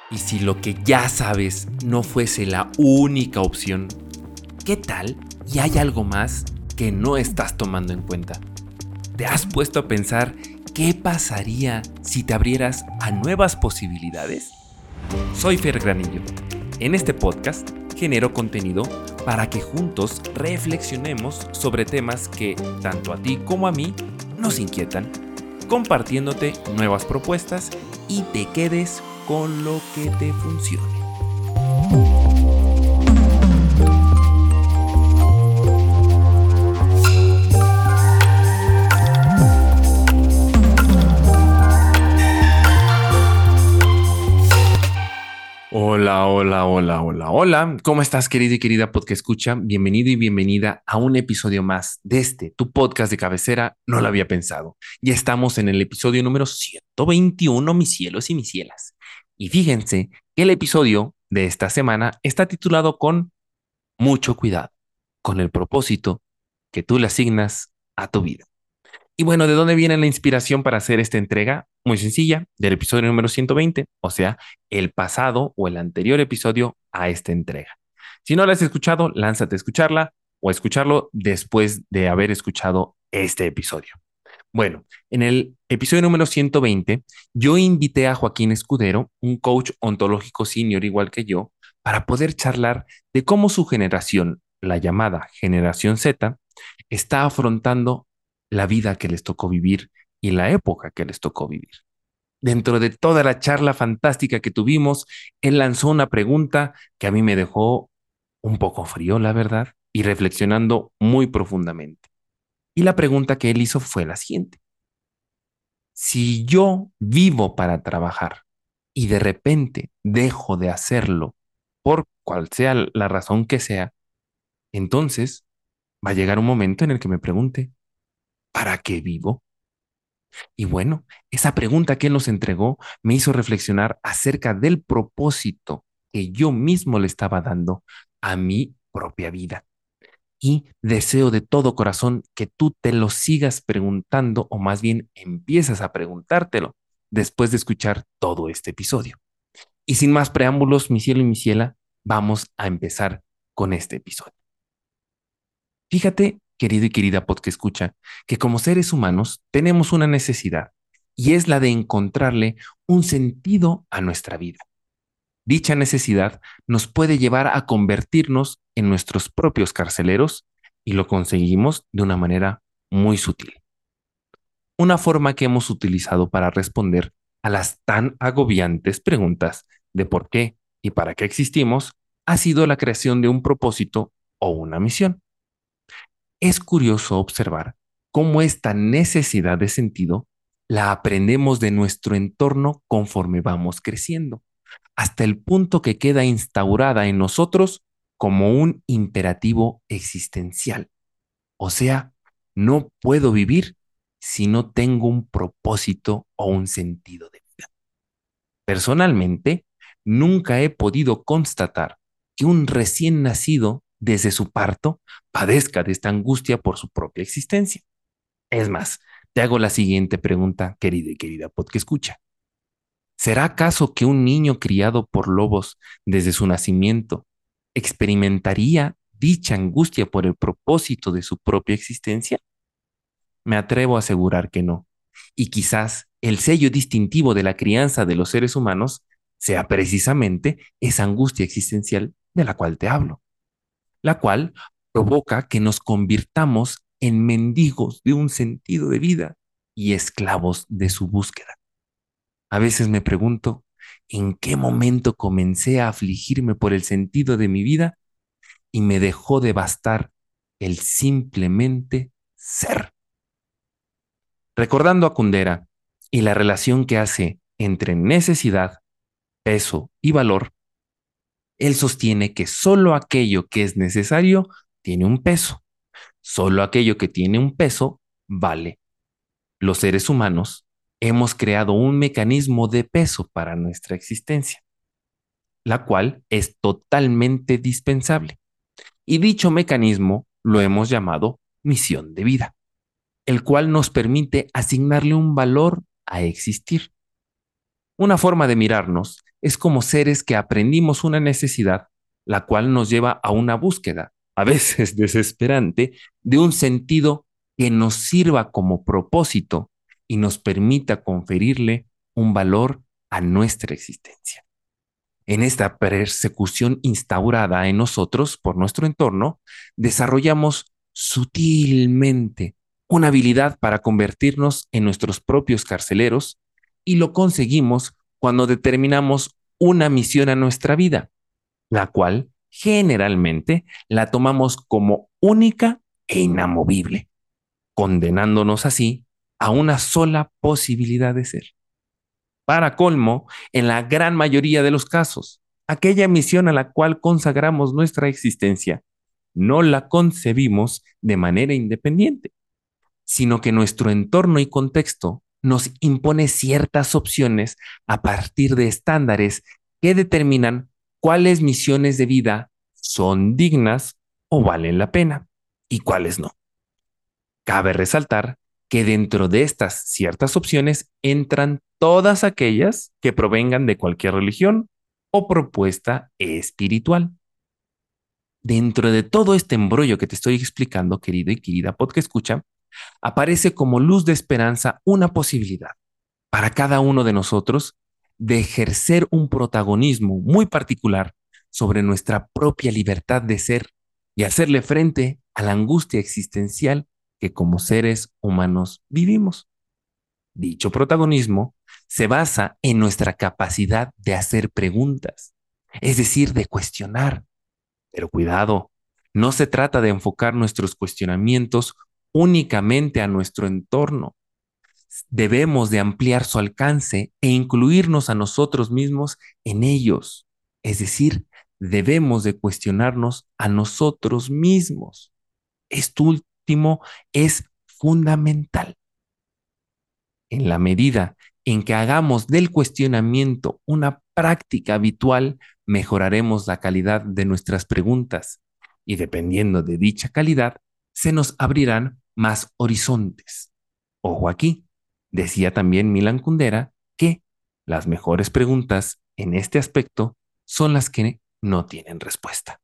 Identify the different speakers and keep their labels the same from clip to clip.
Speaker 1: Y si lo que ya sabes no fuese la única opción, ¿qué tal y hay algo más que no estás tomando en cuenta? ¿Te has puesto a pensar qué pasaría si te abrieras a nuevas posibilidades? Soy Fer Granillo. En este podcast genero contenido para que juntos reflexionemos sobre temas que tanto a ti como a mí nos inquietan, compartiéndote nuevas propuestas y te quedes con lo que te funcione. Hola. ¿Cómo estás, querido y querida podcast escucha? Bienvenido y bienvenida a un episodio más de tu podcast de cabecera. No lo había pensado. Ya estamos en el episodio número 121, mis cielos y mis cielas. Y fíjense que el episodio de esta semana está titulado con mucho cuidado, con el propósito que tú le asignas a tu vida. Y bueno, ¿de dónde viene la inspiración para hacer esta entrega? Muy sencilla, del episodio número 120, o sea, el pasado o el anterior episodio a esta entrega. Si no la has escuchado, lánzate a escucharla o a escucharlo después de haber escuchado este episodio. Bueno, en el episodio número 120, yo invité a Joaquín Escudero, un coach ontológico senior igual que yo, para poder charlar de cómo su generación, la llamada generación Z, está afrontando la vida que les tocó vivir y la época que les tocó vivir. Dentro de toda la charla fantástica que tuvimos, él lanzó una pregunta que a mí me dejó un poco frío, la verdad, y reflexionando muy profundamente. Y la pregunta que él hizo fue la siguiente. Si yo vivo para trabajar y de repente dejo de hacerlo por cual sea la razón que sea, entonces va a llegar un momento en el que me pregunte, ¿para qué vivo? Y bueno, esa pregunta que él nos entregó me hizo reflexionar acerca del propósito que yo mismo le estaba dando a mi propia vida. Y deseo de todo corazón que tú te lo sigas preguntando o más bien empiezas a preguntártelo después de escuchar todo este episodio. Y sin más preámbulos, mi cielo y mi ciela, vamos a empezar con este episodio. Fíjate, querido y querida podcast escucha, que como seres humanos tenemos una necesidad y es la de encontrarle un sentido a nuestra vida. Dicha necesidad nos puede llevar a convertirnos en nuestros propios carceleros y lo conseguimos de una manera muy sutil. Una forma que hemos utilizado para responder a las tan agobiantes preguntas de por qué y para qué existimos ha sido la creación de un propósito o una misión. Es curioso observar cómo esta necesidad de sentido la aprendemos de nuestro entorno conforme vamos creciendo, hasta el punto que queda instaurada en nosotros como un imperativo existencial. O sea, no puedo vivir si no tengo un propósito o un sentido de vida. Personalmente, nunca he podido constatar que un recién nacido desde su parto padezca de esta angustia por su propia existencia. Es más, te hago la siguiente pregunta, querida y querida podcast escucha. ¿Será acaso que un niño criado por lobos desde su nacimiento experimentaría dicha angustia por el propósito de su propia existencia? Me atrevo a asegurar que no. Y quizás el sello distintivo de la crianza de los seres humanos sea precisamente esa angustia existencial de la cual te hablo, la cual provoca que nos convirtamos en mendigos de un sentido de vida y esclavos de su búsqueda. A veces me pregunto, ¿en qué momento comencé a afligirme por el sentido de mi vida y me dejó de bastar el simplemente ser? Recordando a Kundera y la relación que hace entre necesidad, peso y valor, él sostiene que solo aquello que es necesario tiene un peso. Solo aquello que tiene un peso vale. Los seres humanos hemos creado un mecanismo de peso para nuestra existencia, la cual es totalmente dispensable. Y dicho mecanismo lo hemos llamado misión de vida, el cual nos permite asignarle un valor a existir. Una forma de mirarnos es como seres que aprendimos una necesidad, la cual nos lleva a una búsqueda, a veces desesperante, de un sentido que nos sirva como propósito y nos permita conferirle un valor a nuestra existencia. En esta persecución instaurada en nosotros por nuestro entorno, desarrollamos sutilmente una habilidad para convertirnos en nuestros propios carceleros y lo conseguimos cuando determinamos una misión a nuestra vida, la cual generalmente la tomamos como única e inamovible, condenándonos así a una sola posibilidad de ser. Para colmo, en la gran mayoría de los casos, aquella misión a la cual consagramos nuestra existencia, no la concebimos de manera independiente, sino que nuestro entorno y contexto nos impone ciertas opciones a partir de estándares que determinan cuáles misiones de vida son dignas o valen la pena y cuáles no. Cabe resaltar que dentro de estas ciertas opciones entran todas aquellas que provengan de cualquier religión o propuesta espiritual. Dentro de todo este embrollo que te estoy explicando, querido y querida podcast escucha, aparece como luz de esperanza una posibilidad para cada uno de nosotros de ejercer un protagonismo muy particular sobre nuestra propia libertad de ser y hacerle frente a la angustia existencial que como seres humanos vivimos. Dicho protagonismo se basa en nuestra capacidad de hacer preguntas, es decir, de cuestionar. Pero cuidado, no se trata de enfocar nuestros cuestionamientos únicamente a nuestro entorno. Debemos de ampliar su alcance e incluirnos a nosotros mismos en ellos. Es decir, debemos de cuestionarnos a nosotros mismos. Esto último es fundamental. En la medida en que hagamos del cuestionamiento una práctica habitual, mejoraremos la calidad de nuestras preguntas y dependiendo de dicha calidad, se nos abrirán más horizontes. Ojo aquí, decía también Milan Kundera que las mejores preguntas en este aspecto son las que no tienen respuesta.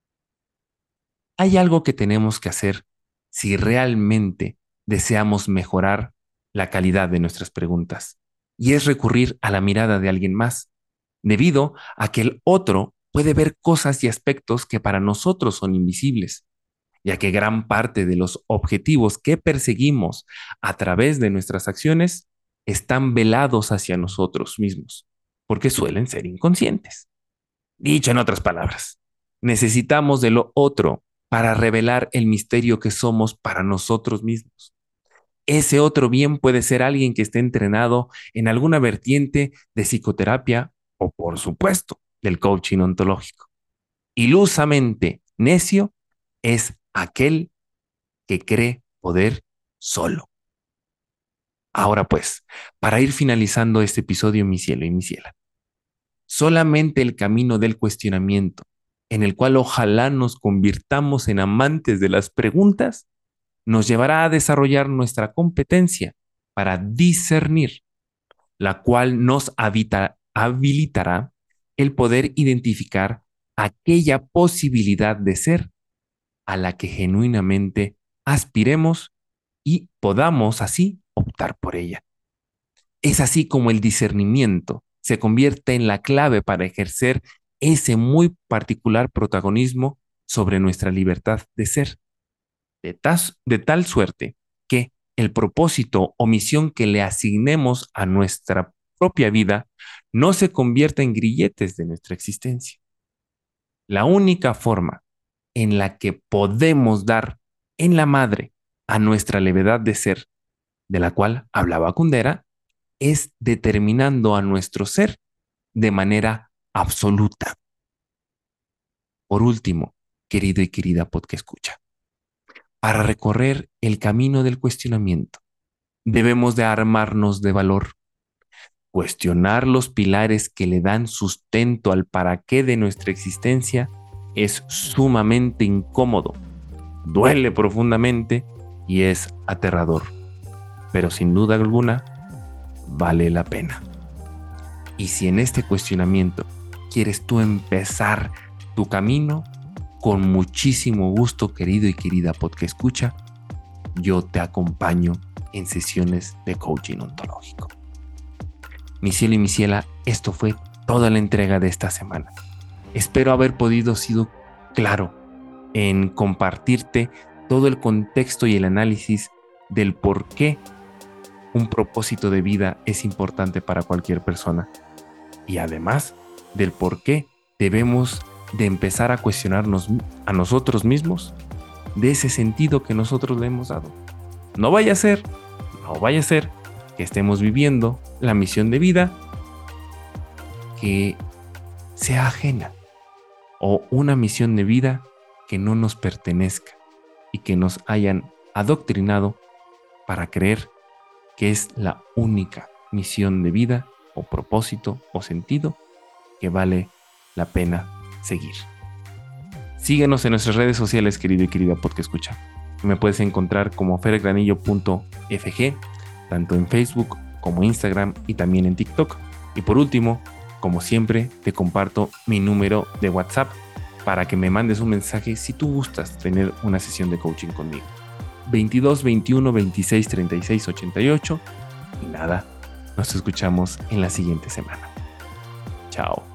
Speaker 1: Hay algo que tenemos que hacer si realmente deseamos mejorar la calidad de nuestras preguntas, y es recurrir a la mirada de alguien más, debido a que el otro puede ver cosas y aspectos que para nosotros son invisibles, ya que gran parte de los objetivos que perseguimos a través de nuestras acciones están velados hacia nosotros mismos, porque suelen ser inconscientes. Dicho en otras palabras, necesitamos de lo otro para revelar el misterio que somos para nosotros mismos. Ese otro bien puede ser alguien que esté entrenado en alguna vertiente de psicoterapia o, por supuesto, del coaching ontológico. Ilusamente necio es aquel que cree poder solo. Ahora pues, para ir finalizando este episodio, mi cielo y mi ciela, solamente el camino del cuestionamiento, en el cual ojalá nos convirtamos en amantes de las preguntas, nos llevará a desarrollar nuestra competencia para discernir, la cual nos habilitará el poder identificar aquella posibilidad de ser a la que genuinamente aspiremos y podamos así optar por ella. Es así como el discernimiento se convierte en la clave para ejercer ese muy particular protagonismo sobre nuestra libertad de ser, de tal suerte que el propósito o misión que le asignemos a nuestra propia vida no se convierta en grilletes de nuestra existencia. La única forma en la que podemos dar en la madre a nuestra levedad de ser, de la cual hablaba Kundera, es determinando a nuestro ser de manera absoluta. Por último, querido y querida podcast escucha, para recorrer el camino del cuestionamiento, debemos de armarnos de valor, cuestionar los pilares que le dan sustento al para qué de nuestra existencia es sumamente incómodo, duele profundamente y es aterrador, pero sin duda alguna vale la pena. Y si en este cuestionamiento quieres tú empezar tu camino, con muchísimo gusto, querido y querida podcast escucha, yo te acompaño en sesiones de coaching ontológico. Mi cielo y mi ciela, esto fue toda la entrega de esta semana. Espero haber podido ser claro en compartirte todo el contexto y el análisis del por qué un propósito de vida es importante para cualquier persona. Y además del por qué debemos de empezar a cuestionarnos a nosotros mismos de ese sentido que nosotros le hemos dado. No vaya a ser que estemos viviendo la misión de vida que sea ajena o una misión de vida que no nos pertenezca y que nos hayan adoctrinado para creer que es la única misión de vida o propósito o sentido que vale la pena seguir. Síguenos en nuestras redes sociales, querido y querida podcast escucha. Me puedes encontrar como fergranillo.fg, tanto en Facebook como Instagram y también en TikTok. Y por último, como siempre, te comparto mi número de WhatsApp para que me mandes un mensaje si tú gustas tener una sesión de coaching conmigo. 22 21 26 36 88. Y nada, nos escuchamos en la siguiente semana. Chao.